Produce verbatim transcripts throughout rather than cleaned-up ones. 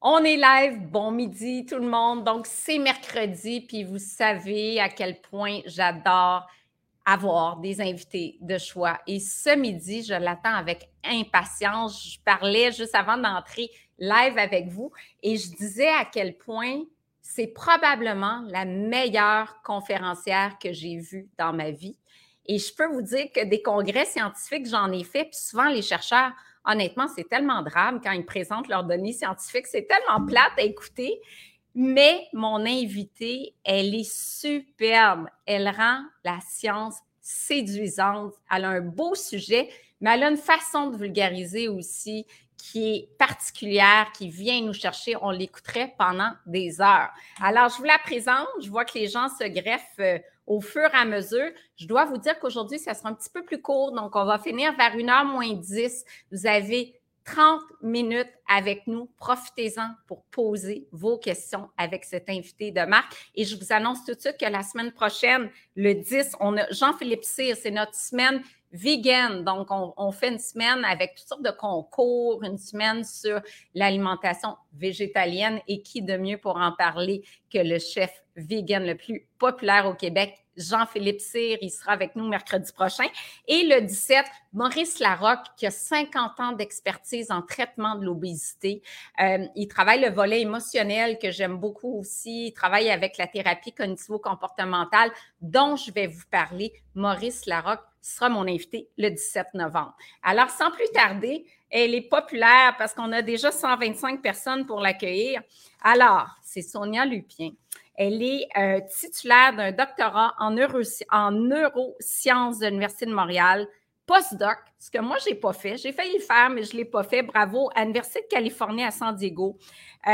On est live, bon midi tout le monde. Donc, c'est mercredi, puis vous savez à quel point j'adore avoir des invités de choix. Et ce midi, je l'attends avec impatience. Je parlais juste avant d'entrer live avec vous et je disais à quel point c'est probablement la meilleure conférencière que j'ai vue dans ma vie. Et je peux vous dire que des congrès scientifiques, j'en ai fait, puis souvent les chercheurs, honnêtement, c'est tellement drame quand ils présentent leurs données scientifiques, c'est tellement plate à écouter. Mais mon invitée, elle est superbe. Elle rend la science séduisante. Elle a un beau sujet, mais elle a une façon de vulgariser aussi qui est particulière, qui vient nous chercher. On l'écouterait pendant des heures. Alors, je vous la présente. Je vois que les gens se greffent euh, au fur et à mesure. Je dois vous dire qu'aujourd'hui, ça sera un petit peu plus court. Donc, on va finir vers une heure moins dix. Vous avez trente minutes avec nous. Profitez-en pour poser vos questions avec cet invité de marque. Et je vous annonce tout de suite que la semaine prochaine, le dix, on a Jean-Philippe Cyr, c'est notre semaine vegan. Donc, on, on fait une semaine avec toutes sortes de concours, une semaine sur l'alimentation végétalienne. Et qui de mieux pour en parler que le chef vegan le plus populaire au Québec, Jean-Philippe Cyr, il sera avec nous mercredi prochain. Et le dix-sept, Maurice Larocque, qui a cinquante ans d'expertise en traitement de l'obésité. Euh, il travaille le volet émotionnel que j'aime beaucoup aussi. Il travaille avec la thérapie cognitivo-comportementale dont je vais vous parler. Maurice Larocque sera mon invité le dix-sept novembre. Alors, sans plus tarder, elle est populaire parce qu'on a déjà cent vingt-cinq personnes pour l'accueillir. Alors, c'est Sonia Lupien. Elle est euh, titulaire d'un doctorat en, neuro, en neurosciences de l'Université de Montréal, postdoc, ce que moi, je n'ai pas fait. J'ai failli le faire, mais je ne l'ai pas fait. Bravo, à l'Université de Californie à San Diego euh,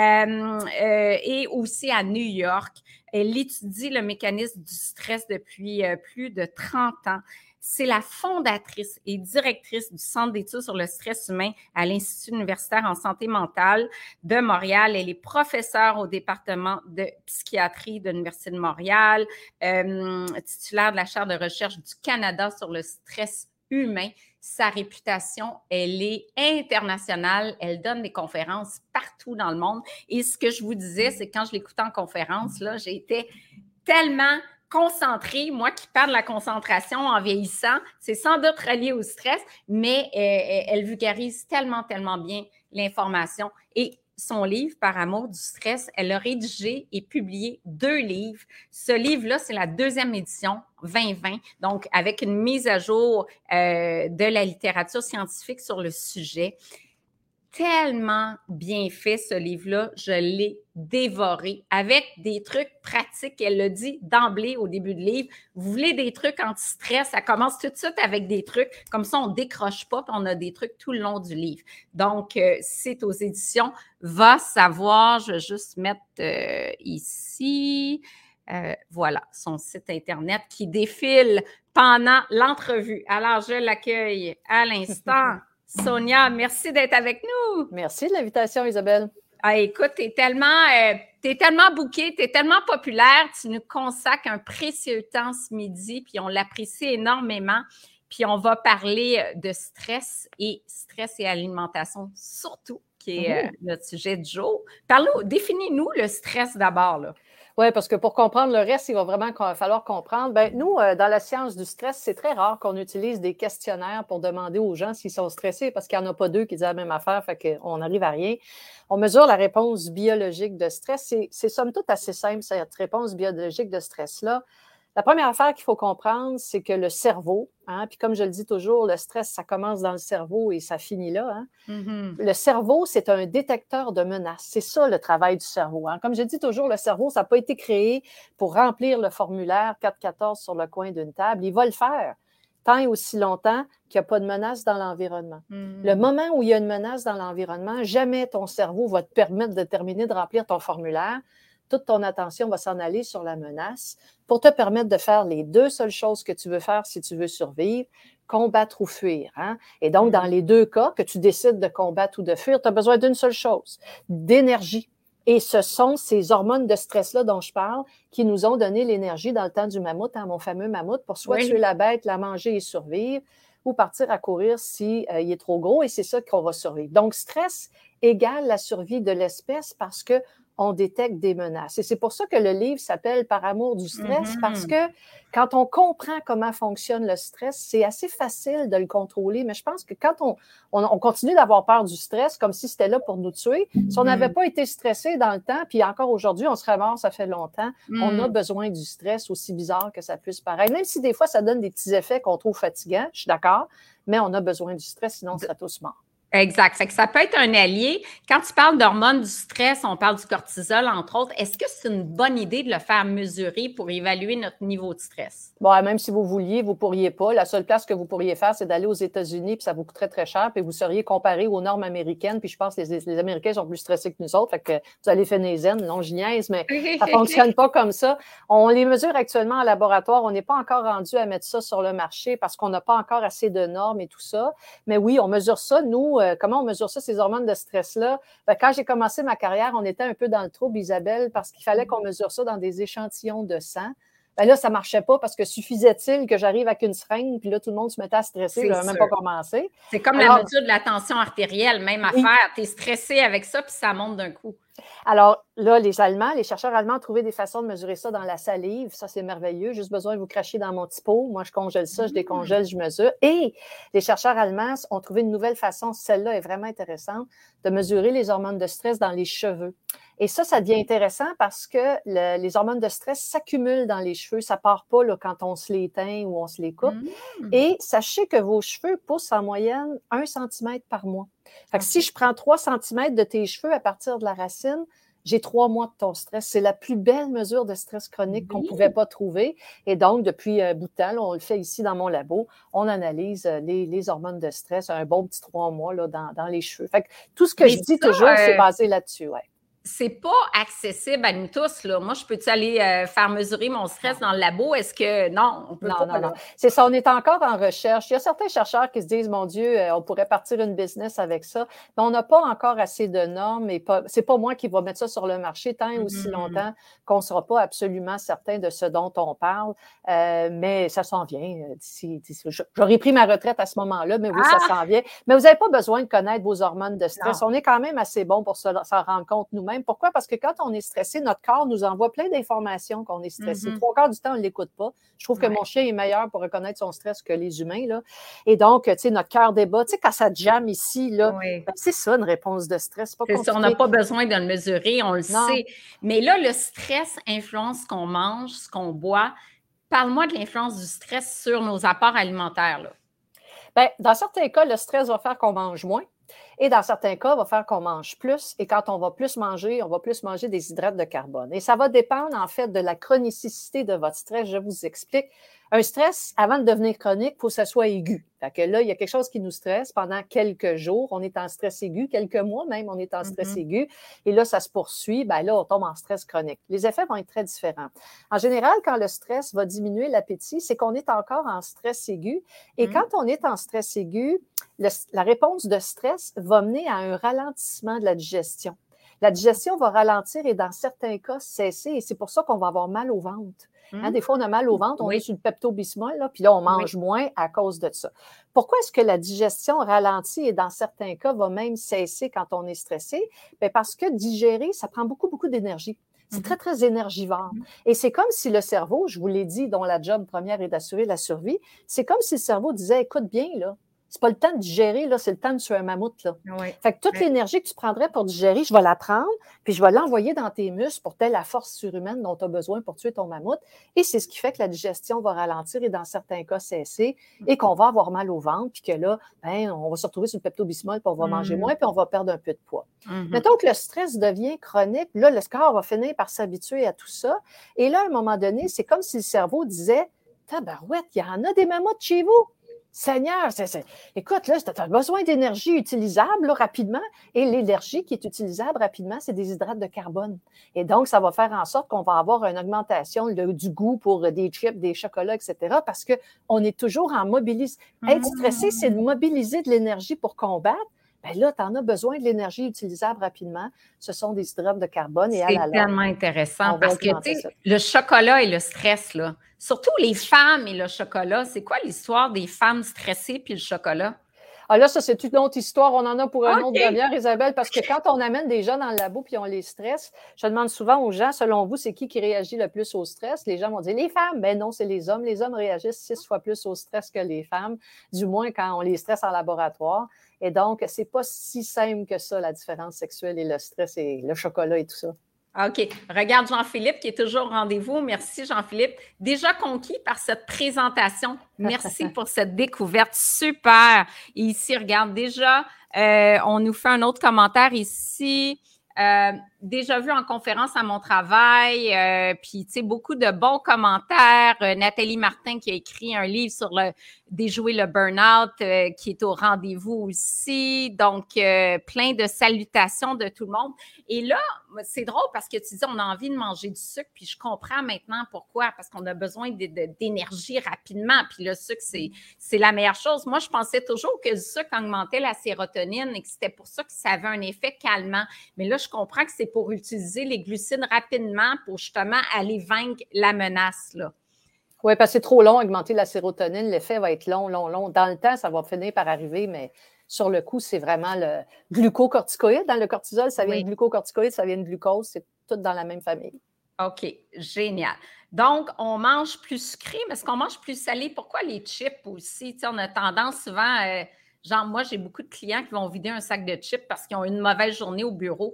euh, et aussi à New York. Elle étudie le mécanisme du stress depuis euh, plus de trente ans. C'est la fondatrice et directrice du Centre d'études sur le stress humain à l'Institut universitaire en santé mentale de Montréal. Elle est professeure au département de psychiatrie de l'Université de Montréal, euh, titulaire de la chaire de recherche du Canada sur le stress humain. Sa réputation, elle est internationale. Elle donne des conférences partout dans le monde. Et ce que je vous disais, c'est que quand je l'écoutais en conférence, là, j'ai été tellement concentrée, moi qui parle de la concentration en vieillissant, c'est sans doute relié au stress, mais euh, elle vulgarise tellement, tellement bien l'information. Et son livre, Par amour du stress, elle a rédigé et publié deux livres. Ce livre-là, c'est la deuxième édition, vingt vingt, donc avec une mise à jour euh, de la littérature scientifique sur le sujet. Tellement bien fait, ce livre-là. Je l'ai dévoré avec des trucs pratiques. Elle l'a dit d'emblée au début du livre. Vous voulez des trucs anti-stress? Ça commence tout de suite avec des trucs. Comme ça, on ne décroche pas, puis on a des trucs tout le long du livre. Donc, euh, c'est aux éditions Va savoir. Je vais juste mettre euh, ici. Euh, voilà, son site Internet qui défile pendant l'entrevue. Alors, je l'accueille à l'instant. Sonia, merci d'être avec nous. Merci de l'invitation, Isabelle. Ah, écoute, tu es tellement, euh, t'es tellement bookée, tu es tellement populaire, tu nous consacres un précieux temps ce midi, puis on l'apprécie énormément. Puis on va parler de stress et stress et alimentation, surtout, qui est euh, notre sujet du jour. Parle-nous, définis-nous le stress d'abord, là. Oui, parce que pour comprendre le reste, il va vraiment falloir comprendre. Bien, nous, euh, dans la science du stress, c'est très rare qu'on utilise des questionnaires pour demander aux gens s'ils sont stressés parce qu'il n'y en a pas deux qui disent la même affaire, fait qu'on n'arrive à rien. On mesure la réponse biologique de stress. C'est, c'est somme toute assez simple, cette réponse biologique de stress-là. La première affaire qu'il faut comprendre, c'est que le cerveau, hein, puis comme je le dis toujours, le stress, ça commence dans le cerveau et ça finit là. Hein. Mm-hmm. Le cerveau, c'est un détecteur de menaces. C'est ça le travail du cerveau. Hein. Comme je dis toujours, le cerveau, ça n'a pas été créé pour remplir le formulaire quatre quatorze sur le coin d'une table. Il va le faire tant et aussi longtemps qu'il n'y a pas de menace dans l'environnement. Mm-hmm. Le moment où il y a une menace dans l'environnement, jamais ton cerveau va te permettre de terminer de remplir ton formulaire. Toute ton attention va s'en aller sur la menace pour te permettre de faire les deux seules choses que tu veux faire si tu veux survivre, combattre ou fuir. Hein? Et donc, mmh. dans les deux cas, que tu décides de combattre ou de fuir, tu as besoin d'une seule chose, d'énergie. Et ce sont ces hormones de stress-là dont je parle qui nous ont donné l'énergie dans le temps du mammouth, hein, mon fameux mammouth, pour soit oui. tuer la bête, la manger et survivre, ou partir à courir si euh, il est trop gros et c'est ça qu'on va survivre. Donc, stress égale la survie de l'espèce parce que on détecte des menaces. Et c'est pour ça que le livre s'appelle Par amour du stress, Mhm. parce que quand on comprend comment fonctionne le stress, c'est assez facile de le contrôler. Mais je pense que quand on, on, on continue d'avoir peur du stress, comme si c'était là pour nous tuer, si on n'avait Mhm. pas été stressé dans le temps, puis encore aujourd'hui, on serait mort, ça fait longtemps, on a Mhm. besoin du stress, aussi bizarre que ça puisse paraître. Même si des fois, ça donne des petits effets qu'on trouve fatigants, je suis d'accord, mais on a besoin du stress, sinon on serait tous morts. Exact. Fait que ça peut être un allié. Quand tu parles d'hormones du stress, on parle du cortisol, entre autres. Est-ce que c'est une bonne idée de le faire mesurer pour évaluer notre niveau de stress? Bon, même si vous vouliez, vous ne pourriez pas. La seule place que vous pourriez faire, c'est d'aller aux États-Unis, puis ça vous coûterait très cher, puis vous seriez comparé aux normes américaines, puis je pense que les, les Américains sont plus stressés que nous autres, fait que vous allez finir zen. Non, je niaise, mais ça ne fonctionne pas comme ça. On les mesure actuellement en laboratoire. On n'est pas encore rendu à mettre ça sur le marché parce qu'on n'a pas encore assez de normes et tout ça. Mais oui, on mesure ça. Nous, euh, comment on mesure ça, ces hormones de stress-là? Ben, quand j'ai commencé ma carrière, on était un peu dans le trouble, Isabelle, parce qu'il fallait qu'on mesure ça dans des échantillons de sang. Ben là, ça ne marchait pas parce que suffisait-il que j'arrive avec une seringue, puis là, tout le monde se mettait à stresser, je n'avais même pas commencé. C'est comme Alors, la mesure de la tension artérielle, même oui. affaire. Tu es stressé avec ça, puis ça monte d'un coup. Alors là, les Allemands, les chercheurs allemands ont trouvé des façons de mesurer ça dans la salive. Ça, c'est merveilleux. Juste besoin de vous cracher dans mon petit pot. Moi, je congèle ça, je décongèle, je mesure. Et les chercheurs allemands ont trouvé une nouvelle façon, celle-là est vraiment intéressante, de mesurer les hormones de stress dans les cheveux. Et ça, ça devient intéressant parce que le, les hormones de stress s'accumulent dans les cheveux. Ça ne part pas là, quand on se les teint ou on se les coupe. Mmh. Et sachez que vos cheveux poussent en moyenne un centimètre par mois. Fait que okay. Si je prends trois centimètres de tes cheveux à partir de la racine, j'ai trois mois de ton stress. C'est la plus belle mesure de stress chronique oui. qu'on ne pouvait pas trouver. Et donc, depuis un bout de temps, là, on le fait ici dans mon labo, on analyse les, les hormones de stress, un bon petit trois mois là, dans, dans les cheveux. Fait que tout ce que Mais je dis ça, toujours, euh... c'est basé là-dessus. Ouais. C'est pas accessible à nous tous, là. Moi, je peux-tu aller euh, faire mesurer mon stress non. dans le labo? Est-ce que... Non, on peut non, pas. Non, non, c'est ça. On est encore en recherche. Il y a certains chercheurs qui se disent, mon Dieu, euh, on pourrait partir une business avec ça. Mais on n'a pas encore assez de normes et pas... c'est pas moi qui va mettre ça sur le marché tant et mm-hmm. aussi longtemps qu'on ne sera pas absolument certain de ce dont on parle. Euh, mais ça s'en vient d'ici. d'ici. J'aurais pris ma retraite à ce moment-là, mais oui, ah! ça s'en vient. Mais vous n'avez pas besoin de connaître vos hormones de stress. Non. On est quand même assez bon pour s'en rendre compte nous-mêmes. Pourquoi? Parce que quand on est stressé, notre corps nous envoie plein d'informations qu'on est stressé. Mm-hmm. Trois quarts du temps, on ne l'écoute pas. Je trouve que ouais. mon chien est meilleur pour reconnaître son stress que les humains. Là. Et donc, tu sais, notre cœur débat. Tu sais, quand ça jamme ici, là, oui. ben, c'est ça une réponse de stress. Pas c'est ça, on n'a pas besoin de le mesurer, on le non. sait. Mais là, le stress influence ce qu'on mange, ce qu'on boit. Parle-moi de l'influence du stress sur nos apports alimentaires. Là. Bien, dans certains cas, le stress va faire qu'on mange moins. Et dans certains cas, va faire qu'on mange plus. Et quand on va plus manger, on va plus manger des hydrates de carbone. Et ça va dépendre, en fait, de la chronicité de votre stress. Je vous explique. Un stress, avant de devenir chronique, il faut que ça soit aigu. Fait que là, il y a quelque chose qui nous stresse pendant quelques jours. On est en stress aigu, quelques mois même, on est en stress mm-hmm. aigu. Et là, ça se poursuit. Ben là, on tombe en stress chronique. Les effets vont être très différents. En général, quand le stress va diminuer l'appétit, c'est qu'on est encore en stress aigu. Et mm-hmm. quand on est en stress aigu, le, la réponse de stress va mener à un ralentissement de la digestion. La digestion va ralentir et dans certains cas cesser. Et c'est pour ça qu'on va avoir mal au ventre. Hein, mmh. Des fois, on a mal au ventre, on oui. est sur le Pepto-Bismol, là, puis là, on mange oui. moins à cause de ça. Pourquoi est-ce que la digestion ralentit et dans certains cas va même cesser quand on est stressé? Bien, parce que digérer, ça prend beaucoup, beaucoup d'énergie. C'est mmh. très, très énergivore. Mmh. Et c'est comme si le cerveau, je vous l'ai dit, dont la job première est d'assurer la survie, c'est comme si le cerveau disait, écoute bien, là, c'est pas le temps de digérer, là, c'est le temps de tuer un mammouth. Là. Oui. Fait que toute oui. l'énergie que tu prendrais pour digérer, je vais la prendre, puis je vais l'envoyer dans tes muscles pour telle la force surhumaine dont tu as besoin pour tuer ton mammouth. Et c'est ce qui fait que la digestion va ralentir et dans certains cas cesser et qu'on va avoir mal au ventre, puis que là, ben, on va se retrouver sur le Pepto-Bismol, puis on va mm-hmm. manger moins, puis on va perdre un peu de poids. Mm-hmm. Mettons que le stress devient chronique, là, le corps va finir par s'habituer à tout ça. Et là, à un moment donné, c'est comme si le cerveau disait, tabarouette, il y en a des mammouths chez vous. Seigneur, c'est, c'est... écoute, là, tu as besoin d'énergie utilisable là, rapidement et l'énergie qui est utilisable rapidement, c'est des hydrates de carbone. Et donc, ça va faire en sorte qu'on va avoir une augmentation de, du goût pour des chips, des chocolats, et cetera parce qu'on est toujours en mobilisation. Mmh. Être stressé, c'est de mobiliser de l'énergie pour combattre, bien là, tu en as besoin de l'énergie utilisable rapidement. Ce sont des hydrates de carbone et à la C'est longue, tellement intéressant on va parce que, tu augmenter sais, ça. le chocolat et le stress, là, surtout les femmes et le chocolat, c'est quoi l'histoire des femmes stressées puis le chocolat? Ah là, ça, c'est une autre histoire. On en a pour une autre OK. demi-heure, Isabelle, parce que quand on amène des gens dans le labo puis on les stresse, je demande souvent aux gens, selon vous, c'est qui qui réagit le plus au stress? Les gens vont dire les femmes. Ben non, c'est les hommes. Les hommes réagissent six fois plus au stress que les femmes, du moins quand on les stresse en laboratoire. Et donc, c'est pas si simple que ça, la différence sexuelle et le stress et le chocolat et tout ça. OK. Regarde Jean-Philippe qui est toujours au rendez-vous. Merci Jean-Philippe. Déjà conquis par cette présentation. Merci pour cette découverte. Super. Et ici, regarde, déjà, euh, on nous fait un autre commentaire ici. Euh, déjà vu en conférence à mon travail, euh, puis tu sais, beaucoup de bons commentaires. Euh, Nathalie Martin qui a écrit un livre sur le déjouer le burn-out, euh, qui est au rendez-vous aussi. Donc, euh, plein de salutations de tout le monde. Et là, c'est drôle parce que tu dis on a envie de manger du sucre, puis je comprends maintenant pourquoi, parce qu'on a besoin de, de, d'énergie rapidement, puis le sucre, c'est, c'est la meilleure chose. Moi, je pensais toujours que le sucre augmentait la sérotonine et que c'était pour ça que ça avait un effet calmant. Mais là, je comprends que c'est pour utiliser les glucides rapidement pour justement aller vaincre la menace, là. Oui, parce que c'est trop long, augmenter la sérotonine. L'effet va être long, long, long. Dans le temps, ça va finir par arriver, mais sur le coup, c'est vraiment le glucocorticoïde. Dans le cortisol, ça vient Oui. de glucocorticoïde, ça vient de glucose. C'est tout dans la même famille. OK, génial. Donc, on mange plus sucré, mais est-ce qu'on mange plus salé? Pourquoi les chips aussi? Tu sais, on a tendance souvent, euh, genre, moi, j'ai beaucoup de clients qui vont vider un sac de chips parce qu'ils ont eu une mauvaise journée au bureau.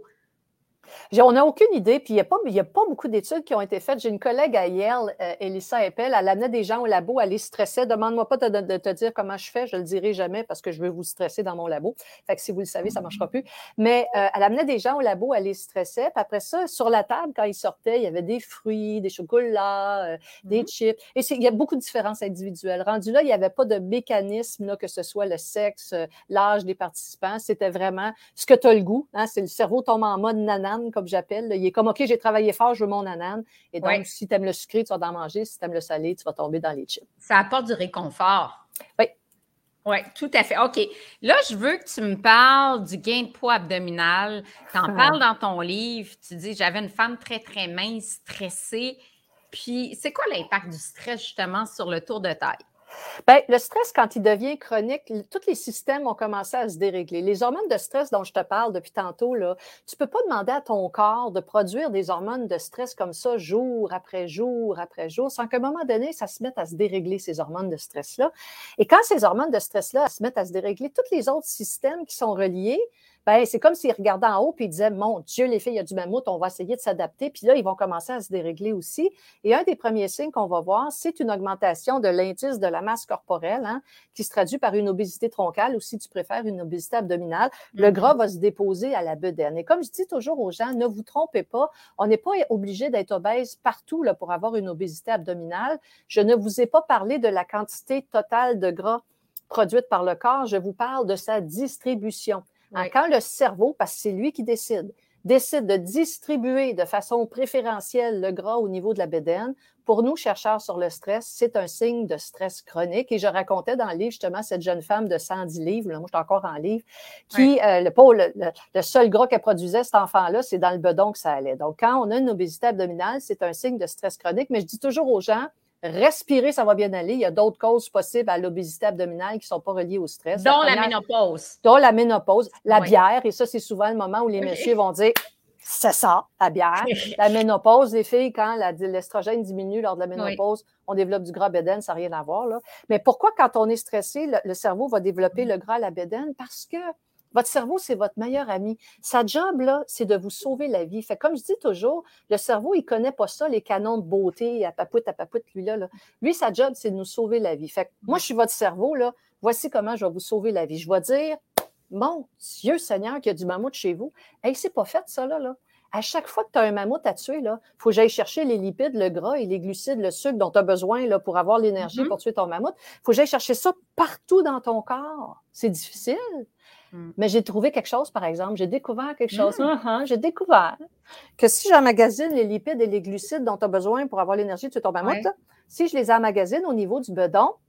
On n'a aucune idée, puis il n'y a, a pas beaucoup d'études qui ont été faites. J'ai une collègue à Yale, euh, Elissa Eppel, elle amenait des gens au labo, elle les stressait. Demande-moi pas de, de te dire comment je fais, je ne le dirai jamais parce que je veux vous stresser dans mon labo. Fait que si vous le savez, ça ne marchera plus. Mais euh, elle amenait des gens au labo, elle les stressait. Puis après ça, sur la table, quand ils sortaient, il y avait des fruits, des chocolats, euh, mm-hmm. des chips. Et il y a beaucoup de différences individuelles. Rendu là, il n'y avait pas de mécanisme, là, que ce soit le sexe, euh, l'âge des participants. C'était vraiment ce que tu as le goût. Hein, c'est le cerveau tombe en mode nanane, comme j'appelle. Il est comme, OK, j'ai travaillé fort, je veux mon nanane. Et donc, ouais. si tu aimes le sucré, tu vas en manger. Si tu aimes le salé, tu vas tomber dans les chips. Ça apporte du réconfort. Oui. Oui, tout à fait. OK. Là, je veux que tu me parles du gain de poids abdominal. Tu en parles dans ton livre. Tu dis, j'avais une femme très, très mince, stressée. Puis, c'est quoi l'impact du stress, justement, sur le tour de taille? Bien, le stress, quand il devient chronique, tous les systèmes ont commencé à se dérégler. Les hormones de stress dont je te parle depuis tantôt, là, tu ne peux pas demander à ton corps de produire des hormones de stress comme ça jour après jour après jour, sans qu'à un moment donné, ça se mette à se dérégler, ces hormones de stress-là. Et quand ces hormones de stress-là se mettent à se dérégler, tous les autres systèmes qui sont reliés, ben, c'est comme s'ils regardaient en haut et ils disaient « Mon Dieu, les filles, il y a du mammouth, on va essayer de s'adapter. » Puis là, ils vont commencer à se dérégler aussi. Et un des premiers signes qu'on va voir, c'est une augmentation de l'indice de la masse corporelle, hein, qui se traduit par une obésité troncale ou, si tu préfères, une obésité abdominale. Mm-hmm. Le gras va se déposer à la bedaine. Et comme je dis toujours aux gens, ne vous trompez pas, on n'est pas obligé d'être obèse partout là, pour avoir une obésité abdominale. Je ne vous ai pas parlé de la quantité totale de gras produite par le corps, je vous parle de sa distribution. Oui. Quand le cerveau, parce que c'est lui qui décide, décide de distribuer de façon préférentielle le gras au niveau de la bédaine, pour nous, chercheurs sur le stress, c'est un signe de stress chronique. Et je racontais dans le livre, justement, cette jeune femme de cent dix livres, là, moi, je suis encore en livre, qui, oui. euh, le, le, le, le seul gras qu'elle produisait, cet enfant-là, c'est dans le bedon que ça allait. Donc, quand on a une obésité abdominale, c'est un signe de stress chronique. Mais je dis toujours aux gens, respirer, ça va bien aller. Il y a d'autres causes possibles à l'obésité abdominale qui ne sont pas reliées au stress. Dont la, première, la ménopause. Dont la ménopause. La oui. bière, et ça, c'est souvent le moment où les okay. messieurs vont dire « c'est ça, la bière ». La ménopause, les filles, quand la, l'estrogène diminue lors de la ménopause, oui. on développe du gras bédaine, ça n'a rien à voir. Là. Mais pourquoi, quand on est stressé, le, le cerveau va développer mmh. le gras à la bédaine? Parce que votre cerveau, c'est votre meilleur ami. Sa job, là, c'est de vous sauver la vie. Fait comme je dis toujours, le cerveau, il ne connaît pas ça, les canons de beauté, à papoute, à papoute, lui-là. Là. Lui, sa job, c'est de nous sauver la vie. Fait que moi, je suis votre cerveau, là. Voici comment je vais vous sauver la vie. Je vais dire, mon Dieu Seigneur, qu'il y a du mammouth chez vous. Hey, c'est pas fait, ça, là, là. À chaque fois que tu as un mammouth à tuer, il faut que j'aille chercher les lipides, le gras et les glucides, le sucre dont tu as besoin là, pour avoir l'énergie mm-hmm. pour tuer ton mammouth. Il faut que j'aille chercher ça partout dans ton corps. C'est difficile. Mm. Mais j'ai trouvé quelque chose, par exemple. J'ai découvert quelque chose. Mm. Uh-huh. J'ai découvert que si j'emmagasine les lipides et les glucides dont tu as besoin pour avoir l'énergie de tuer ton mammouth, ouais. là, si je les emmagasine au niveau du bedon,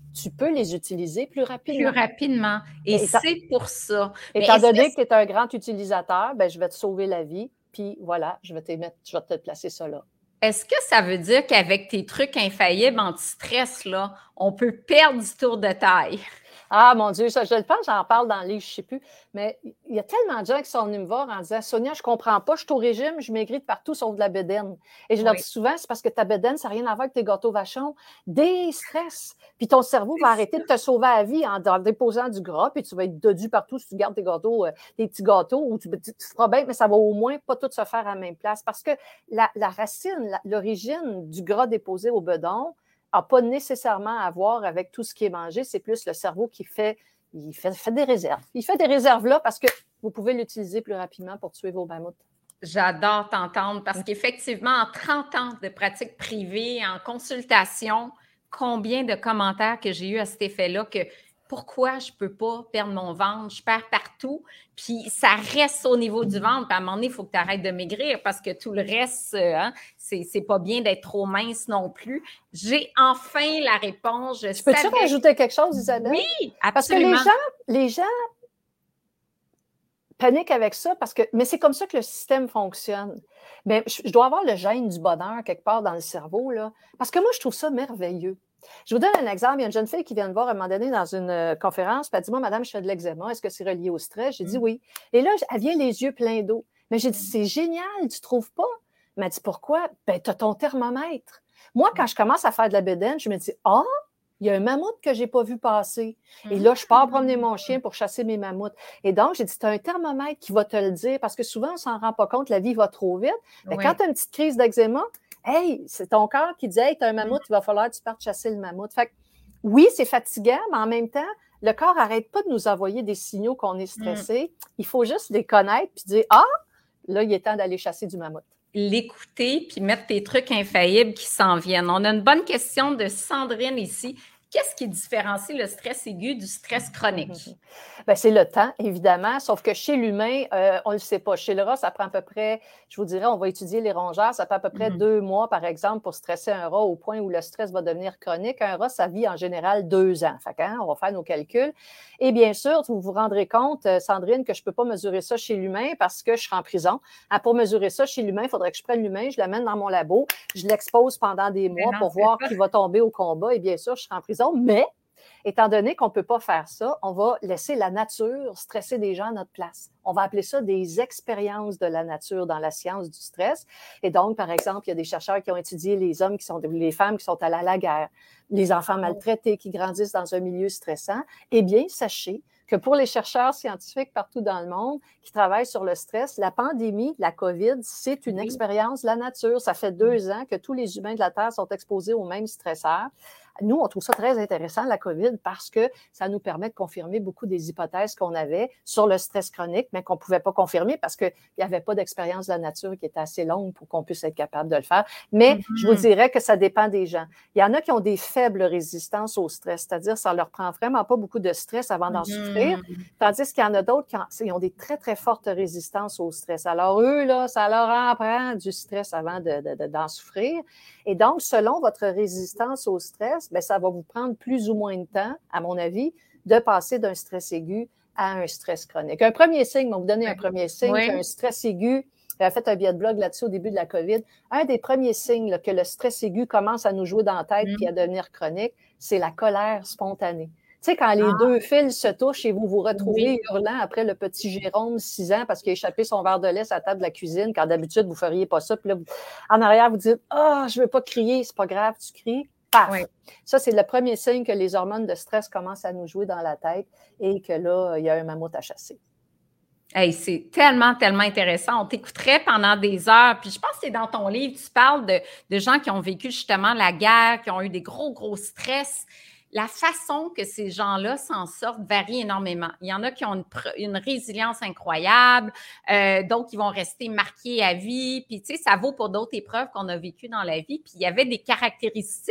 tu peux les utiliser plus rapidement. Plus rapidement. Et, et c'est pour ça. Étant donné que tu es un grand utilisateur, ben, je vais te sauver la vie. Puis voilà, je vais te mettre, je vais te placer ça là. Est-ce que ça veut dire qu'avec tes trucs infaillibles anti-stress, là, on peut perdre du tour de taille? Ah, mon Dieu, ça, je le pense, j'en parle dans le livre, je ne sais plus. Mais il y a tellement de gens qui sont venus me voir en disant « Sonia, je ne comprends pas, je suis au régime, je maigris de partout sauf de la bédaine. » Et je oui. leur dis souvent, c'est parce que ta bédaine, ça n'a rien à voir avec tes gâteaux vachons. Des stress. Puis ton cerveau va arrêter de te sauver la vie en, en déposant du gras, puis tu vas être dodu partout si tu gardes tes gâteaux, euh, tes petits gâteaux, ou tu, tu, tu feras bien, mais ça va au moins pas tout se faire à la même place. Parce que la, la racine, la, l'origine du gras déposé au bedon n'a pas nécessairement à voir avec tout ce qui est mangé, c'est plus le cerveau qui fait Il fait, fait des réserves. Il fait des réserves là parce que vous pouvez l'utiliser plus rapidement pour tuer vos mammouths. J'adore t'entendre parce qu'effectivement, en trente ans de pratique privée, en consultation, combien de commentaires que j'ai eu à cet effet-là que pourquoi je ne peux pas perdre mon ventre, je perds partout, puis ça reste au niveau du ventre, puis à un moment donné, il faut que tu arrêtes de maigrir parce que tout le reste, hein, c'est, c'est pas bien d'être trop mince non plus. J'ai enfin la réponse. Je Peux-tu savais... rajouter quelque chose, Isabelle? Oui, absolument. Parce que les gens, les gens paniquent avec ça, parce que, mais c'est comme ça que le système fonctionne. Mais je dois avoir le gène du bonheur quelque part dans le cerveau, là, parce que moi, je trouve ça merveilleux. Je vous donne un exemple. Il y a une jeune fille qui vient me voir à un moment donné dans une euh, conférence, puis elle dit « Moi, madame, je fais de l'eczéma. Est-ce que c'est relié au stress? » J'ai dit « Oui. » Et là, elle vient les yeux pleins d'eau. Mais j'ai dit « C'est génial, tu trouves pas? » Elle m'a dit « Pourquoi? » « Ben, tu as ton thermomètre. » Moi, quand je commence à faire de la bédaine, je me dis « Ah, il y a un mammouth que je n'ai pas vu passer. » Et là, je pars promener mon chien pour chasser mes mammouths. Et donc, j'ai dit « Tu as un thermomètre qui va te le dire, parce que souvent, on ne s'en rend pas compte, la vie va trop vite. Mais oui. Quand tu as une petite crise d'eczéma, hey, c'est ton corps qui dit « Hey, tu as un mammouth, il va falloir que tu partes chasser le mammouth. » Fait que, oui, c'est fatigant, mais en même temps, le corps n'arrête pas de nous envoyer des signaux qu'on est stressé. Mm. Il faut juste les connaître puis dire « Ah, là, il est temps d'aller chasser du mammouth. » L'écouter puis mettre tes trucs infaillibles qui s'en viennent. On a une bonne question de Sandrine ici. Qu'est-ce qui différencie le stress aigu du stress chronique? Mm-hmm. Bien, c'est le temps, évidemment, sauf que chez l'humain, euh, on ne le sait pas. Chez le rat, ça prend à peu près, je vous dirais, on va étudier les rongeurs, ça prend à peu près mm-hmm. deux mois, par exemple, pour stresser un rat au point où le stress va devenir chronique. Un rat, ça vit en général deux ans. Fait hein, on va faire nos calculs. Et bien sûr, vous vous rendrez compte, Sandrine, que je ne peux pas mesurer ça chez l'humain parce que je serai en prison. Hein, pour mesurer ça chez l'humain, il faudrait que je prenne l'humain, je l'amène dans mon labo, je l'expose pendant des mois non, pour voir qui va tomber au combat. Et bien sûr, je serai en prison. Mais, étant donné qu'on ne peut pas faire ça, on va laisser la nature stresser des gens à notre place. On va appeler ça des expériences de la nature dans la science du stress. Et donc, par exemple, il y a des chercheurs qui ont étudié les hommes qui sont, les femmes qui sont allées à la guerre, les enfants maltraités qui grandissent dans un milieu stressant. Eh bien, sachez que pour les chercheurs scientifiques partout dans le monde qui travaillent sur le stress, la pandémie, la COVID, c'est une oui. expérience de la nature. Ça fait deux ans que tous les humains de la Terre sont exposés aux mêmes stresseurs. Nous, on trouve ça très intéressant, la COVID, parce que ça nous permet de confirmer beaucoup des hypothèses qu'on avait sur le stress chronique, mais qu'on ne pouvait pas confirmer parce qu'il n'y avait pas d'expérience de la nature qui était assez longue pour qu'on puisse être capable de le faire. Mais mm-hmm. je vous dirais que ça dépend des gens. Il y en a qui ont des faibles résistances au stress, c'est-à-dire ça ne leur prend vraiment pas beaucoup de stress avant d'en mm-hmm. souffrir, tandis qu'il y en a d'autres qui ont, ils ont des très, très fortes résistances au stress. Alors eux, là, ça leur en prend du stress avant de, de, de, d'en souffrir. Et donc, selon votre résistance au stress, bien, ça va vous prendre plus ou moins de temps, à mon avis, de passer d'un stress aigu à un stress chronique. Un premier signe, on va vous donner un premier signe, oui. qu'un stress aigu, j'avais fait un billet de blog là-dessus au début de la COVID, un des premiers signes là, que le stress aigu commence à nous jouer dans la tête mm. puis à devenir chronique, c'est la colère spontanée. Tu sais, quand les ah. deux fils se touchent et vous vous retrouvez oui. hurlant après le petit Jérôme, six ans, parce qu'il a échappé son verre de lait à la table de la cuisine, quand d'habitude, vous ne feriez pas ça. Puis là, vous, en arrière, vous dites « Ah, oh, je ne veux pas crier, c'est pas grave, tu cries. » Paf! Oui. Ça, c'est le premier signe que les hormones de stress commencent à nous jouer dans la tête et que là, il y a un mammouth à chasser. Hey, c'est tellement, tellement intéressant. On t'écouterait pendant des heures. Puis je pense que c'est dans ton livre, tu parles de, de gens qui ont vécu justement la guerre, qui ont eu des gros, gros stress. La façon que ces gens-là s'en sortent varie énormément. Il y en a qui ont une, une résilience incroyable, euh, d'autres qui vont rester marqués à vie. Puis, tu sais, ça vaut pour d'autres épreuves qu'on a vécues dans la vie. Puis, il y avait des caractéristiques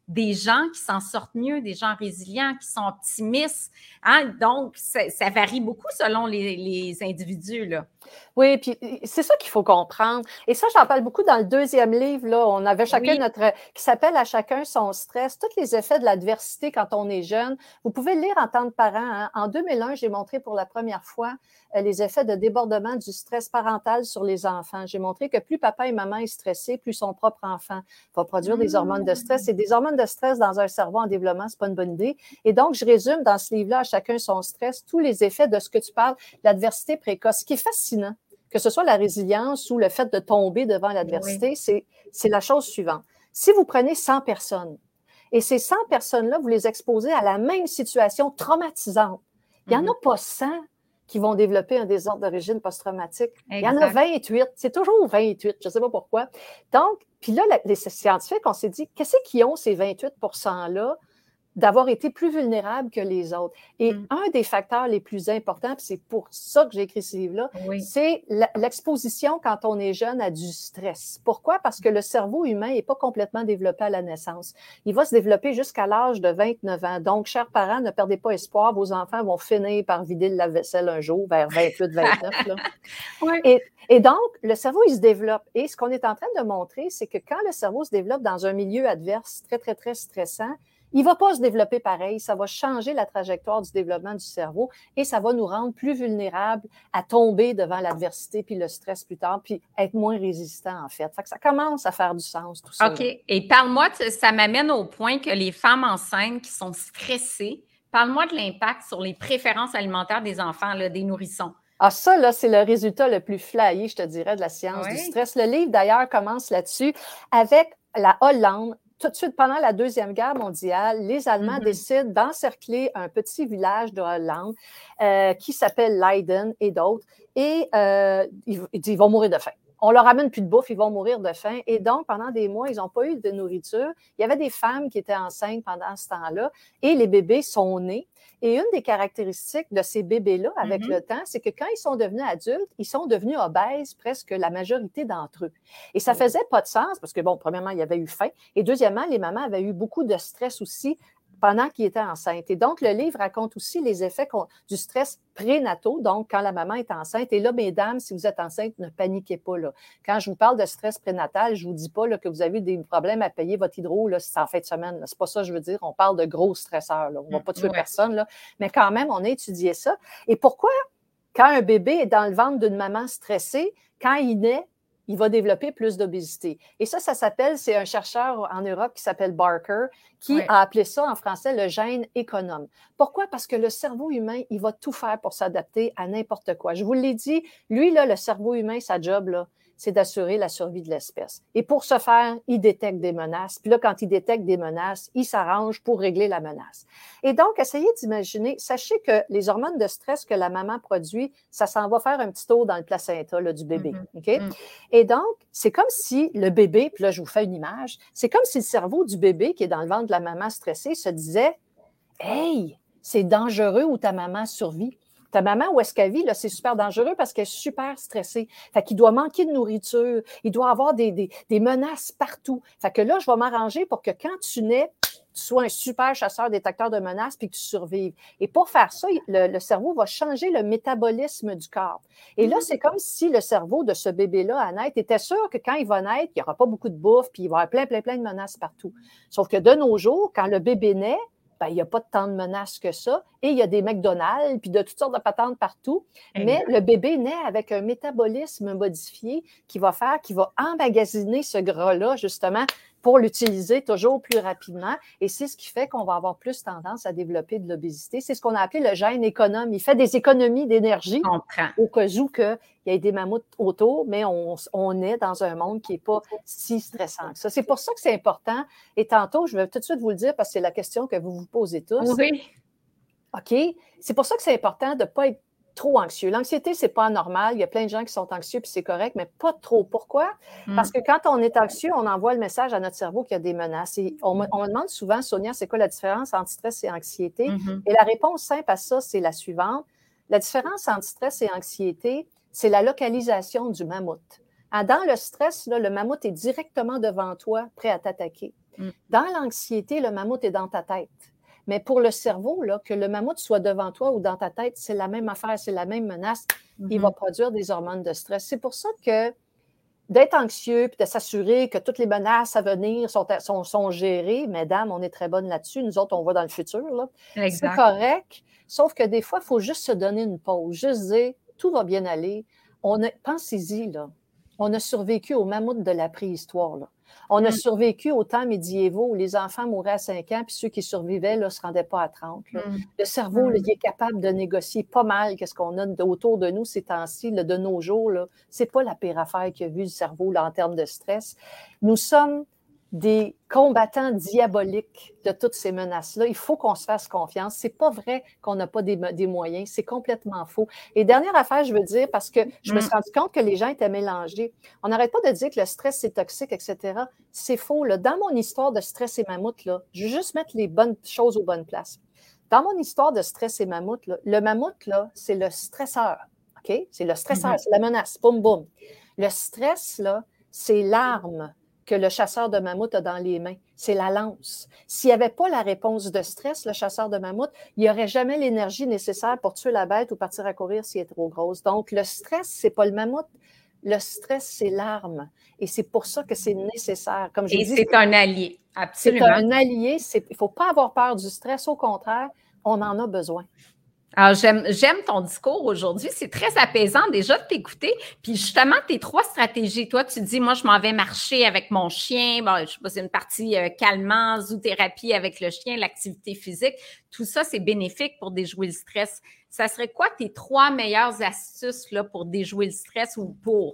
des gens qui s'en sortent mieux, des gens résilients, qui sont optimistes. Hein? Donc, ça, ça varie beaucoup selon les, les individus, là. Oui, puis c'est ça qu'il faut comprendre. Et ça, j'en parle beaucoup dans le deuxième livre. Là, on avait chacun Oui. notre... qui s'appelle « À chacun son stress », tous les effets de l'adversité quand on est jeune. Vous pouvez le lire en tant que parent. Hein. En deux mille un, j'ai montré pour la première fois euh, les effets de débordement du stress parental sur les enfants. J'ai montré que plus papa et maman est stressé, plus son propre enfant va produire mmh. des hormones de stress. Et des hormones de stress dans un cerveau en développement, c'est pas une bonne idée. Et donc, je résume dans ce livre-là « À chacun son stress » tous les effets de ce que tu parles, l'adversité précoce. Ce qui est fascinant, que ce soit la résilience ou le fait de tomber devant l'adversité, oui. c'est, c'est la chose suivante. Si vous prenez cent personnes et ces cent personnes-là, vous les exposez à la même situation traumatisante, il n'y en a pas cent qui vont développer un désordre d'origine post-traumatique. Exact. Il y en a vingt-huit. C'est toujours vingt-huit. Je ne sais pas pourquoi. Donc, puis là, les scientifiques, on s'est dit, qu'est-ce qu'ils ont, ces vingt-huit pour cent-là, d'avoir été plus vulnérables que les autres. Et mm. un des facteurs les plus importants, puis c'est pour ça que j'ai écrit ce livre-là, oui. c'est l'exposition quand on est jeune à du stress. Pourquoi? Parce que le cerveau humain n'est pas complètement développé à la naissance. Il va se développer jusqu'à l'âge de vingt-neuf ans. Donc, chers parents, ne perdez pas espoir, vos enfants vont finir par vider le lave-vaisselle un jour, vers vingt-huit vingt-neuf. Là. Oui. Et, et donc, le cerveau, il se développe. Et ce qu'on est en train de montrer, c'est que quand le cerveau se développe dans un milieu adverse très, très, très stressant, il ne va pas se développer pareil, ça va changer la trajectoire du développement du cerveau et ça va nous rendre plus vulnérables à tomber devant l'adversité puis le stress plus tard, puis être moins résistants en fait. Fait que ça commence à faire du sens tout ça. OK. Là. Et parle-moi, ça m'amène au point que les femmes enceintes qui sont stressées, parle-moi de l'impact sur les préférences alimentaires des enfants, là, des nourrissons. Ah, ça, là, c'est le résultat le plus flyé, je te dirais, de la science oui. du stress. Le livre, d'ailleurs, commence là-dessus avec la Hollande. Tout de suite, pendant la Deuxième Guerre mondiale, les Allemands mm-hmm. décident d'encercler un petit village de Hollande euh, qui s'appelle Leiden et d'autres, et euh, ils, ils vont mourir de faim. On leur amène plus de bouffe, ils vont mourir de faim. Et donc, pendant des mois, ils n'ont pas eu de nourriture. Il y avait des femmes qui étaient enceintes pendant ce temps-là et les bébés sont nés. Et une des caractéristiques de ces bébés-là, avec mm-hmm. le temps, c'est que quand ils sont devenus adultes, ils sont devenus obèses, presque la majorité d'entre eux. Et ça faisait pas de sens parce que, bon, premièrement, il y avait eu faim. Et deuxièmement, les mamans avaient eu beaucoup de stress aussi pendant qu'ils étaient enceintes. Et donc, le livre raconte aussi les effets du stress prénataux, donc quand la maman est enceinte. Et là, mesdames, si vous êtes enceinte, ne paniquez pas. Là. Quand je vous parle de stress prénatal, je ne vous dis pas là, que vous avez des problèmes à payer votre hydro, là, si c'est en fin de semaine. Ce n'est pas ça que je veux dire. On parle de gros stresseurs. Là. On ne va pas tuer ouais. personne. Là. Mais quand même, on a étudié ça. Et pourquoi, quand un bébé est dans le ventre d'une maman stressée, quand il naît, il va développer plus d'obésité. Et ça, ça s'appelle, c'est un chercheur en Europe qui s'appelle Barker, qui oui. a appelé ça en français le gène économe. Pourquoi? Parce que le cerveau humain, il va tout faire pour s'adapter à n'importe quoi. Je vous l'ai dit, lui, là, le cerveau humain, sa job, là, c'est d'assurer la survie de l'espèce. Et pour ce faire, il détecte des menaces. Puis là, quand il détecte des menaces, il s'arrange pour régler la menace. Et donc, essayez d'imaginer, sachez que les hormones de stress que la maman produit, ça s'en va faire un petit tour dans le placenta là, du bébé. Mm-hmm. OK? Mm-hmm. Et donc, c'est comme si le bébé, puis là, je vous fais une image, c'est comme si le cerveau du bébé qui est dans le ventre de la maman stressée se disait « Hey, c'est dangereux où ta maman survit. » Ta maman, où est-ce qu'elle vit, là, c'est super dangereux parce qu'elle est super stressée. Fait qu'il doit manquer de nourriture, il doit avoir des, des, des menaces partout. Fait que là, je vais m'arranger pour que quand tu nais, tu sois un super chasseur détecteur de menaces puis que tu survives. Et pour faire ça, le, le cerveau va changer le métabolisme du corps. Et là, c'est comme si le cerveau de ce bébé-là à naître était sûr que quand il va naître, il n'y aura pas beaucoup de bouffe puis il va y avoir plein, plein, plein de menaces partout. Sauf que de nos jours, quand le bébé naît, ben, il n'y a pas tant de menaces que ça. Et il y a des McDonald's, puis de toutes sortes de patentes partout. Exact. Mais le bébé naît avec un métabolisme modifié qui va faire, qui va emmagasiner ce gras-là, justement, pour l'utiliser toujours plus rapidement. Et c'est ce qui fait qu'on va avoir plus tendance à développer de l'obésité. C'est ce qu'on a appelé le gène économe. Il fait des économies d'énergie au cas où qu'il y ait des mammouths autour, mais on, on est dans un monde qui n'est pas si stressant que ça. C'est pour ça que c'est important. Et tantôt, je vais tout de suite vous le dire parce que c'est la question que vous vous posez tous. Oui. OK? C'est pour ça que c'est important de ne pas être trop anxieux. L'anxiété, c'est pas anormal. Il y a plein de gens qui sont anxieux puis c'est correct, mais pas trop. Pourquoi? Mm. Parce que quand on est anxieux, on envoie le message à notre cerveau qu'il y a des menaces. Et on, me, on me demande souvent, Sonia, c'est quoi la différence entre stress et anxiété? Mm-hmm. Et la réponse simple à ça, c'est la suivante. La différence entre stress et anxiété, c'est la localisation du mammouth. Dans le stress, là, le mammouth est directement devant toi, prêt à t'attaquer. Mm. Dans l'anxiété, le mammouth est dans ta tête. Mais pour le cerveau, là, que le mammouth soit devant toi ou dans ta tête, c'est la même affaire, c'est la même menace. Mm-hmm. Il va produire des hormones de stress. C'est pour ça que d'être anxieux puis de s'assurer que toutes les menaces à venir sont, sont, sont gérées, mesdames, on est très bonnes là-dessus. Nous autres, on va dans le futur. Là. C'est correct, sauf que des fois, il faut juste se donner une pause, juste dire tout va bien aller. On a, pensez-y, là. On a survécu au mammouth de la préhistoire. Là. On a mm. survécu aux temps médiévaux où les enfants mouraient à cinq ans, puis ceux qui survivaient ne se rendaient pas à trente. Là. Mm. Le cerveau, mm. là, il est capable de négocier pas mal qu'est-ce qu'on a autour de nous ces temps-ci, là, de nos jours. Ce n'est pas la pire affaire qu'il y a vu le cerveau là, en termes de stress. Nous sommes des combattants diaboliques de toutes ces menaces-là. Il faut qu'on se fasse confiance. C'est pas vrai qu'on n'a pas des, des moyens. C'est complètement faux. Et dernière affaire, je veux dire, parce que je me suis rendu compte que les gens étaient mélangés. On n'arrête pas de dire que le stress, c'est toxique, et cetera. C'est faux. Là. Dans mon histoire de stress et mammouth, là, je vais juste mettre les bonnes choses aux bonnes places. Dans mon histoire de stress et mammouth, là, le mammouth, là, c'est le stresseur. OK? C'est le stresseur, mm-hmm. c'est la menace. Boum, boum. Le stress, là, c'est l'arme que le chasseur de mammouth a dans les mains. C'est la lance. S'il n'y avait pas la réponse de stress, le chasseur de mammouth, il n'y aurait jamais l'énergie nécessaire pour tuer la bête ou partir à courir s'il est trop grosse. Donc, le stress, ce n'est pas le mammouth. Le stress, c'est l'arme. Et c'est pour ça que c'est nécessaire. Comme je Et dis, c'est un allié, absolument. C'est un allié. Il ne faut pas avoir peur du stress. Au contraire, on en a besoin. Alors, j'aime, j'aime ton discours aujourd'hui. C'est très apaisant déjà de t'écouter. Puis justement, tes trois stratégies. Toi, tu dis, moi, je m'en vais marcher avec mon chien. Bon, je sais pas, c'est une partie euh, calmant, zoothérapie avec le chien, l'activité physique. Tout ça, c'est bénéfique pour déjouer le stress. Ça serait quoi tes trois meilleures astuces là, pour déjouer le stress ou pour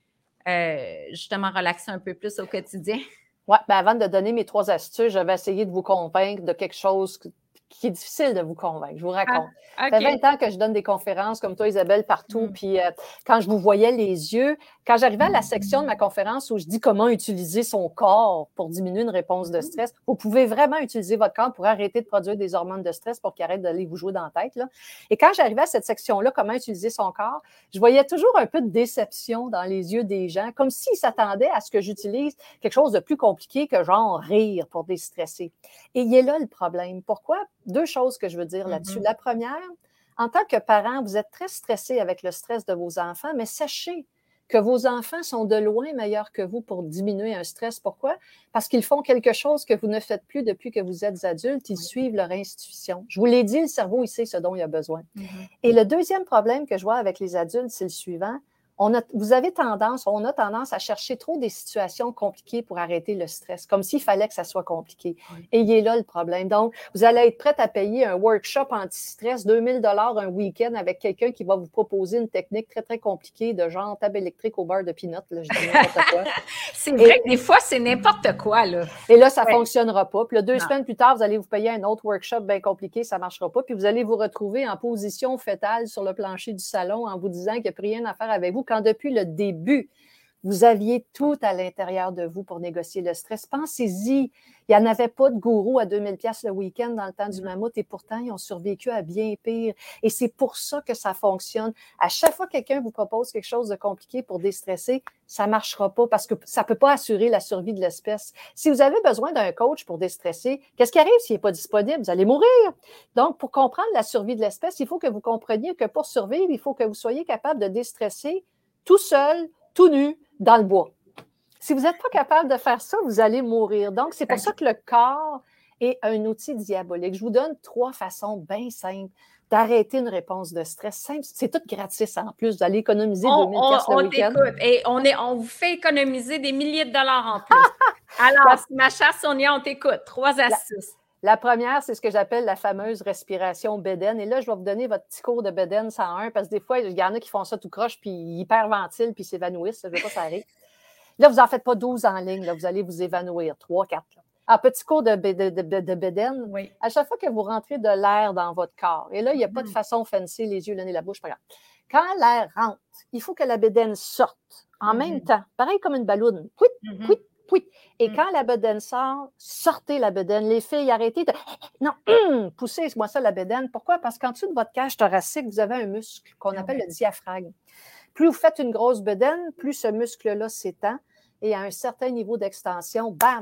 euh, justement relaxer un peu plus au quotidien? Oui, bien avant de donner mes trois astuces, je vais essayer de vous convaincre de quelque chose que qui est difficile de vous convaincre. Je vous raconte. Ah, okay. Ça fait vingt ans que je donne des conférences comme toi, Isabelle, partout. Mm. Puis euh, quand je vous voyais les yeux, quand j'arrivais à la section de ma conférence où je dis comment utiliser son corps pour diminuer une réponse de stress, vous pouvez vraiment utiliser votre corps pour arrêter de produire des hormones de stress pour qu'il arrête d'aller vous jouer dans la tête. Là. Et quand j'arrivais à cette section-là, comment utiliser son corps, je voyais toujours un peu de déception dans les yeux des gens, comme s'ils s'attendaient à ce que j'utilise quelque chose de plus compliqué que genre rire pour déstresser. Et il est là le problème. Pourquoi? Deux choses que je veux dire là-dessus. Mm-hmm. La première, en tant que parent, vous êtes très stressé avec le stress de vos enfants, mais sachez que vos enfants sont de loin meilleurs que vous pour diminuer un stress. Pourquoi? Parce qu'ils font quelque chose que vous ne faites plus depuis que vous êtes adulte. Ils oui. suivent leur intuition. Je vous l'ai dit, le cerveau, il sait ce dont il a besoin. Mm-hmm. Et le deuxième problème que je vois avec les adultes, c'est le suivant. On a, vous avez tendance, on a tendance à chercher trop des situations compliquées pour arrêter le stress, comme s'il fallait que ça soit compliqué. Oui. Et il est là le problème. Donc, vous allez être prête à payer un workshop anti-stress, deux mille dollars un week-end avec quelqu'un qui va vous proposer une technique très, très compliquée de genre table électrique au beurre de peanuts. Là, je dis n'importe quoi. C'est et, vrai que des fois, c'est n'importe quoi. Là. Et là, ça ne ouais. fonctionnera pas. Puis là, deux non. semaines plus tard, vous allez vous payer un autre workshop bien compliqué, ça ne marchera pas. Puis vous allez vous retrouver en position fétale sur le plancher du salon en vous disant qu'il n'y a plus rien à faire avec vous. Quand depuis le début, vous aviez tout à l'intérieur de vous pour négocier le stress. Pensez-y, il n'y en avait pas de gourou à deux mille dollars le week-end dans le temps du mammouth et pourtant, ils ont survécu à bien pire. Et c'est pour ça que ça fonctionne. À chaque fois que quelqu'un vous propose quelque chose de compliqué pour déstresser, ça ne marchera pas parce que ça ne peut pas assurer la survie de l'espèce. Si vous avez besoin d'un coach pour déstresser, qu'est-ce qui arrive s'il n'est pas disponible? Vous allez mourir. Donc, pour comprendre la survie de l'espèce, il faut que vous compreniez que pour survivre, il faut que vous soyez capable de déstresser tout seul, tout nu, dans le bois. Si vous n'êtes pas capable de faire ça, vous allez mourir. Donc, c'est pour okay. ça que le corps est un outil diabolique. Je vous donne trois façons bien simples d'arrêter une réponse de stress. Simple. C'est tout gratis en plus. Vous allez économiser deux mille dollars le week-end. On t'écoute et on, est, on vous fait économiser des milliers de dollars en plus. Alors, ma chère Sonia, on t'écoute. Trois astuces. La... La première, c'est ce que j'appelle la fameuse respiration bédaine. Et là, je vais vous donner votre petit cours de bédaine cent un parce que des fois, il y en a qui font ça tout croche, puis ils hyperventilent, puis s'évanouissent. Je ne veux pas que ça arrive. Là, vous n'en faites pas douze en ligne. Là, vous allez vous évanouir. trois, quatre. Un petit cours de, de, de, de bédaine. Oui. À chaque fois que vous rentrez de l'air dans votre corps, et là, il n'y a pas mm. de façon fancy, les yeux, le nez, la bouche, pas grave. Quand l'air rentre, il faut que la bédaine sorte en mm. même temps. Pareil comme une balloune. Pouit, mm-hmm. pouit. Oui. Et mm. quand la bedaine sort, sortez la bedaine. Les filles, arrêtez de... Non, hum, poussez-moi ça, la bedaine. Pourquoi? Parce qu'en dessous de votre cage thoracique, vous avez un muscle qu'on appelle le diaphragme. Plus vous faites une grosse bedaine, plus ce muscle-là s'étend et à un certain niveau d'extension, bam,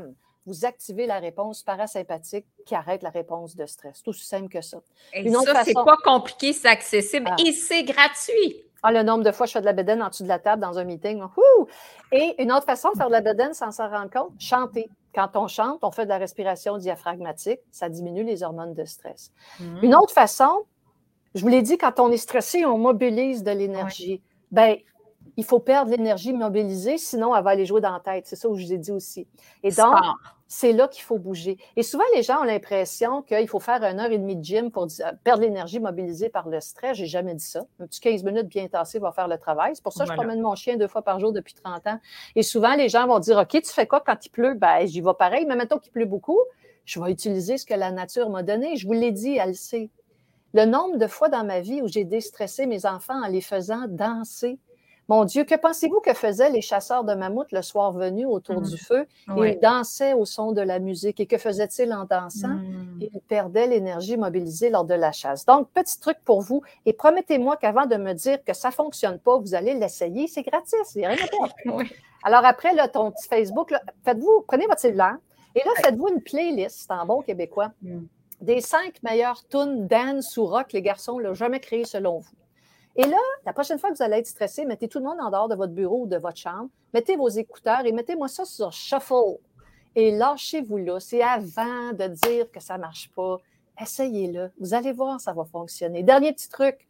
vous activez la réponse parasympathique qui arrête la réponse de stress. Tout aussi simple que ça. Et Une autre ça, façon... c'est pas compliqué, c'est accessible ah. et c'est gratuit. Ah, le nombre de fois je fais de la bédaine en dessous de la table dans un meeting. Ouh! Et une autre façon de faire de la bédaine sans s'en rendre compte, chanter. Quand on chante, on fait de la respiration diaphragmatique, ça diminue les hormones de stress. Mmh. Une autre façon, je vous l'ai dit, quand on est stressé, on mobilise de l'énergie. Ouais. Bien, il faut perdre l'énergie mobilisée, sinon elle va aller jouer dans la tête. C'est ça que je vous ai dit aussi. Et donc, Sport. C'est là qu'il faut bouger. Et souvent, les gens ont l'impression qu'il faut faire une heure et demie de gym pour perdre l'énergie mobilisée par le stress. Je n'ai jamais dit ça. Un petit quinze minutes bien tassé va faire le travail. C'est pour ça que voilà. Je promène mon chien deux fois par jour depuis trente ans. Et souvent, les gens vont dire, OK, tu fais quoi quand il pleut? Ben, j'y vais pareil, mais mettons qu'il pleut beaucoup, je vais utiliser ce que la nature m'a donné. Je vous l'ai dit, elle le sait. Le nombre de fois dans ma vie où j'ai déstressé mes enfants en les faisant danser. Mon Dieu, que pensez-vous que faisaient les chasseurs de mammouths le soir venu autour mmh. du feu? Oui. Ils dansaient au son de la musique. Et que faisaient-ils en dansant? Mmh. Ils perdaient l'énergie mobilisée lors de la chasse. Donc, petit truc pour vous. Et promettez-moi qu'avant de me dire que ça ne fonctionne pas, vous allez l'essayer. C'est gratis. C'est rien à faire. Oui. Alors après, là, ton petit Facebook, là, faites-vous, prenez votre cellulaire et là, faites-vous une playlist en bon québécois mmh. des cinq meilleures tunes dance ou rock les garçons l'ont jamais créées selon vous. Et là, la prochaine fois que vous allez être stressé, mettez tout le monde en dehors de votre bureau ou de votre chambre, mettez vos écouteurs et mettez-moi ça sur shuffle. Et lâchez-vous là. C'est avant de dire que ça ne marche pas. Essayez-le. Vous allez voir, ça va fonctionner. Dernier petit truc.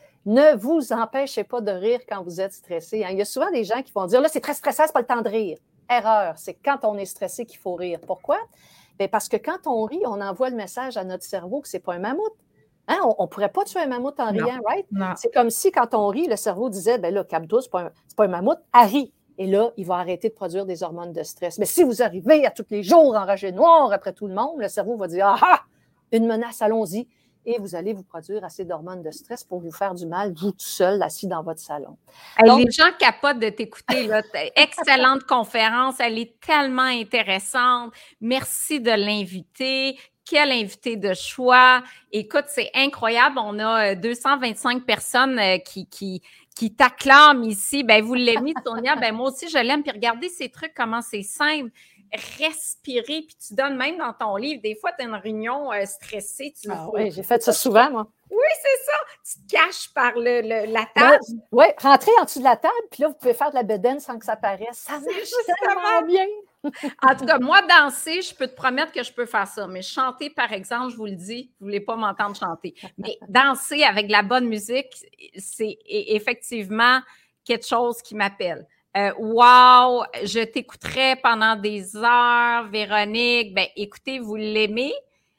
Ne vous empêchez pas de rire quand vous êtes stressé. Il y a souvent des gens qui vont dire, là, c'est très stressant, c'est pas le temps de rire. Erreur. C'est quand on est stressé qu'il faut rire. Pourquoi? Bien, parce que quand on rit, on envoie le message à notre cerveau que ce n'est pas un mammouth. Hein, on ne pourrait pas tuer un mammouth en riant, right? Non. C'est comme si, quand on rit, le cerveau disait, ben là, calme-toi, ce n'est pas, pas un mammouth, elle rit. Et là, il va arrêter de produire des hormones de stress. Mais si vous arrivez à tous les jours enragé noir après tout le monde, le cerveau va dire, ah ah, une menace, allons-y. Et vous allez vous produire assez d'hormones de stress pour vous faire du mal, vous tout seul, assis dans votre salon. Donc, les gens capotent de t'écouter. Là. Excellente conférence, elle est tellement intéressante. Merci de l'inviter. Quel invité de choix. Écoute, c'est incroyable. On a deux cent vingt-cinq personnes qui, qui, qui t'acclament ici. Ben, vous l'aimez, Sonia. Ben, moi aussi, je l'aime. Puis regardez ces trucs, comment c'est simple. Respirer, puis tu donnes même dans ton livre. Des fois, tu as une réunion euh, stressée. Tu ah, oui, j'ai fait ça souvent, moi. Oui, c'est ça. Tu te caches par le, le, la table. Oui, ouais, rentrez en dessous de la table, puis là, vous pouvez faire de la bedaine sans que ça paraisse. Ça marche tellement bien. En tout cas, moi, danser, je peux te promettre que je peux faire ça. Mais chanter, par exemple, je vous le dis, vous ne voulez pas m'entendre chanter. Mais danser avec de la bonne musique, c'est effectivement quelque chose qui m'appelle. Euh, wow, je t'écouterai pendant des heures, Véronique. Ben, écoutez, vous l'aimez.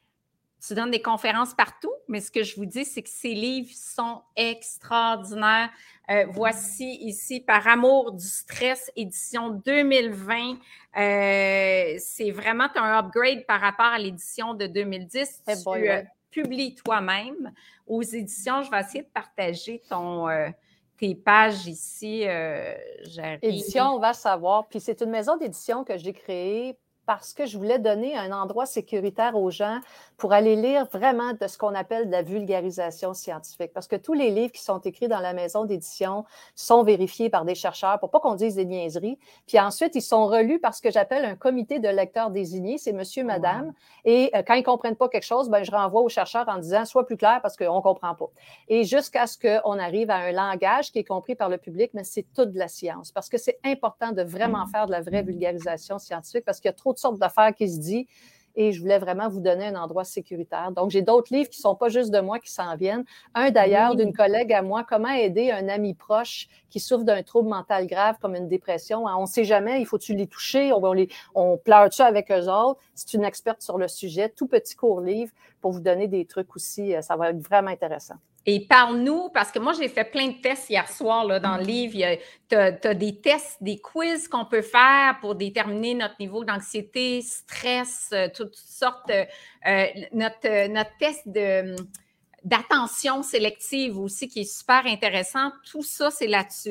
Tu donnes des conférences partout, mais ce que je vous dis, c'est que ces livres sont extraordinaires. Euh, voici ici, Par amour du stress, édition deux mille vingt. Euh, c'est vraiment un upgrade par rapport à l'édition de deux mille dix. Hey tu boy, euh, ouais. publies toi-même aux éditions. Je vais essayer de partager ton, euh, tes pages ici. Euh, Édition, on va savoir. Puis c'est une maison d'édition que j'ai créée parce que je voulais donner un endroit sécuritaire aux gens pour aller lire vraiment de ce qu'on appelle de la vulgarisation scientifique. Parce que tous les livres qui sont écrits dans la maison d'édition sont vérifiés par des chercheurs pour pas qu'on dise des niaiseries. Puis ensuite, ils sont relus par ce que j'appelle un comité de lecteurs désignés. C'est monsieur, madame. Wow. Et euh, quand ils comprennent pas quelque chose, ben, je renvoie aux chercheurs en disant « Sois plus clair parce qu'on comprend pas ». Et jusqu'à ce qu'on arrive à un langage qui est compris par le public, mais c'est toute de la science. Parce que c'est important de vraiment faire de la vraie vulgarisation scientifique parce qu'il y a trop de sortes d'affaires qui se disent. Et je voulais vraiment vous donner un endroit sécuritaire. Donc, j'ai d'autres livres qui ne sont pas juste de moi qui s'en viennent. Un d'ailleurs, oui. d'une collègue à moi, Comment aider un ami proche qui souffre d'un trouble mental grave comme une dépression. On ne sait jamais, il faut-tu les toucher, on, on, on pleure-tu avec eux autres? C'est une experte sur le sujet. Tout petit court livre pour vous donner des trucs aussi. Ça va être vraiment intéressant. Et parle-nous, parce que moi, j'ai fait plein de tests hier soir là, dans le livre. Tu as des tests, des quiz qu'on peut faire pour déterminer notre niveau d'anxiété, stress, euh, toutes sortes. Euh, notre, notre test de, d'attention sélective aussi, qui est super intéressant. Tout ça, c'est là-dessus. Là.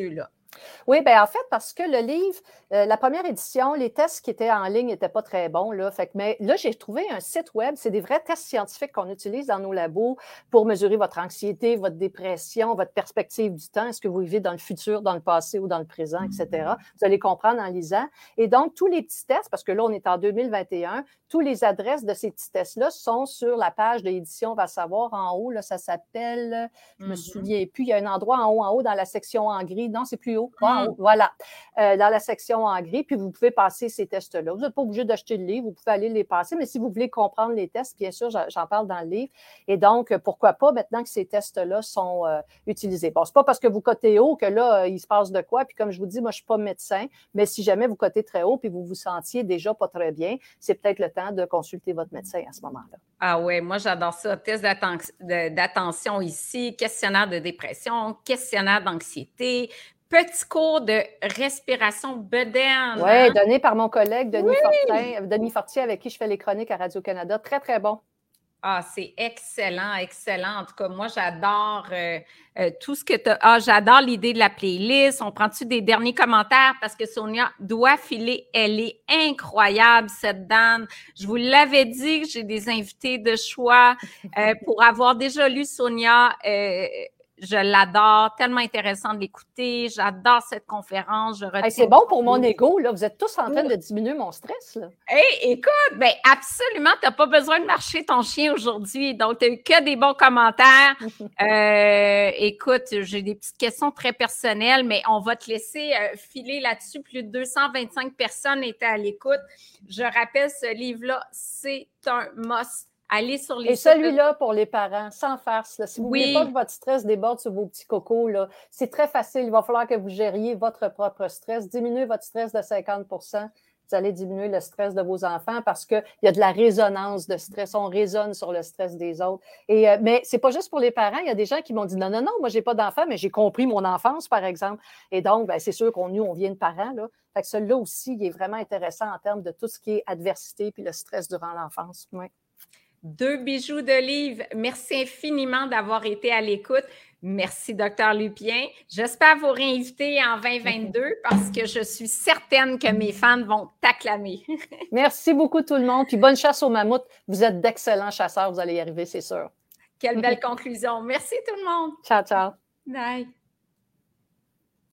Oui, bien, en fait, parce que le livre, euh, la première édition, les tests qui étaient en ligne n'étaient pas très bons. Là, fait que, mais là, j'ai trouvé un site web. C'est des vrais tests scientifiques qu'on utilise dans nos labos pour mesurer votre anxiété, votre dépression, votre perspective du temps. Est-ce que vous vivez dans le futur, dans le passé ou dans le présent, et cetera. Vous allez comprendre en lisant. Et donc, tous les petits tests, parce que là, on est en deux mille vingt et un, tous les adresses de ces petits tests-là sont sur la page de l'édition Va savoir en haut. Là, ça s'appelle, je me Mm-hmm. souviens plus, il y a un endroit en haut, en haut, dans la section en gris. Non, c'est plus haut. Pas en haut. Voilà, euh, dans la section en gris, puis vous pouvez passer ces tests-là. Vous n'êtes pas obligé d'acheter le livre, vous pouvez aller les passer, mais si vous voulez comprendre les tests, bien sûr, j'en parle dans le livre. Et donc, pourquoi pas maintenant que ces tests-là sont euh, utilisés. Bon, c'est pas parce que vous cotez haut que là, euh, il se passe de quoi. Puis comme je vous dis, moi, je suis pas médecin, mais si jamais vous cotez très haut puis vous vous sentiez déjà pas très bien, c'est peut-être le temps de consulter votre médecin à ce moment-là. Ah ouais, moi j'adore ça. Test d'attention ici, questionnaire de dépression, questionnaire d'anxiété, petit cours de respiration bedaine. Oui, hein? donné par mon collègue Denis Oui! Fortin, Denis Fortier, avec qui je fais les chroniques à Radio-Canada. Très, très bon. Ah, c'est excellent, excellent. En tout cas, moi, j'adore euh, euh, tout ce que tu as. Ah, j'adore l'idée de la playlist. On prend-tu des derniers commentaires parce que Sonia doit filer. Elle est incroyable, cette dame. Je vous l'avais dit que j'ai des invités de choix. Euh, pour avoir déjà lu Sonia, euh, je l'adore. Tellement intéressant de l'écouter. J'adore cette conférence. Je retiens Hey, c'est bon pour mon ego, là. Vous êtes tous en train de diminuer mon stress, là. Hey, écoute, ben absolument, tu n'as pas besoin de marcher ton chien aujourd'hui. Donc, tu n'as eu que des bons commentaires. Euh, écoute, j'ai des petites questions très personnelles, mais on va te laisser euh, filer là-dessus. Plus de deux cent vingt-cinq personnes étaient à l'écoute. Je rappelle, ce livre-là, c'est un must. Allez sur les Et celui-là, pour les parents, sans farce, là, si vous ne Oui. voulez pas que votre stress déborde sur vos petits cocos, là, c'est très facile. Il va falloir que vous gériez votre propre stress. Diminuez votre stress de cinquante pour cent. Vous allez diminuer le stress de vos enfants parce qu'il y a de la résonance de stress. On résonne sur le stress des autres. Et, euh, mais ce n'est pas juste pour les parents. Il y a des gens qui m'ont dit non, non, non, moi, je n'ai pas d'enfant, mais j'ai compris mon enfance, par exemple. Et donc, ben, c'est sûr qu'on nous, on vient de parents. Là. Fait que celui-là aussi, il est vraiment intéressant en termes de tout ce qui est adversité puis le stress durant l'enfance. Oui. Deux bijoux de livres. Merci infiniment d'avoir été à l'écoute. Merci, docteur Lupien. J'espère vous réinviter en vingt vingt-deux parce que je suis certaine que mes fans vont t'acclamer. Merci beaucoup tout le monde. Puis bonne chasse aux mammouths. Vous êtes d'excellents chasseurs. Vous allez y arriver, c'est sûr. Quelle belle conclusion. Merci tout le monde. Ciao, ciao. Bye.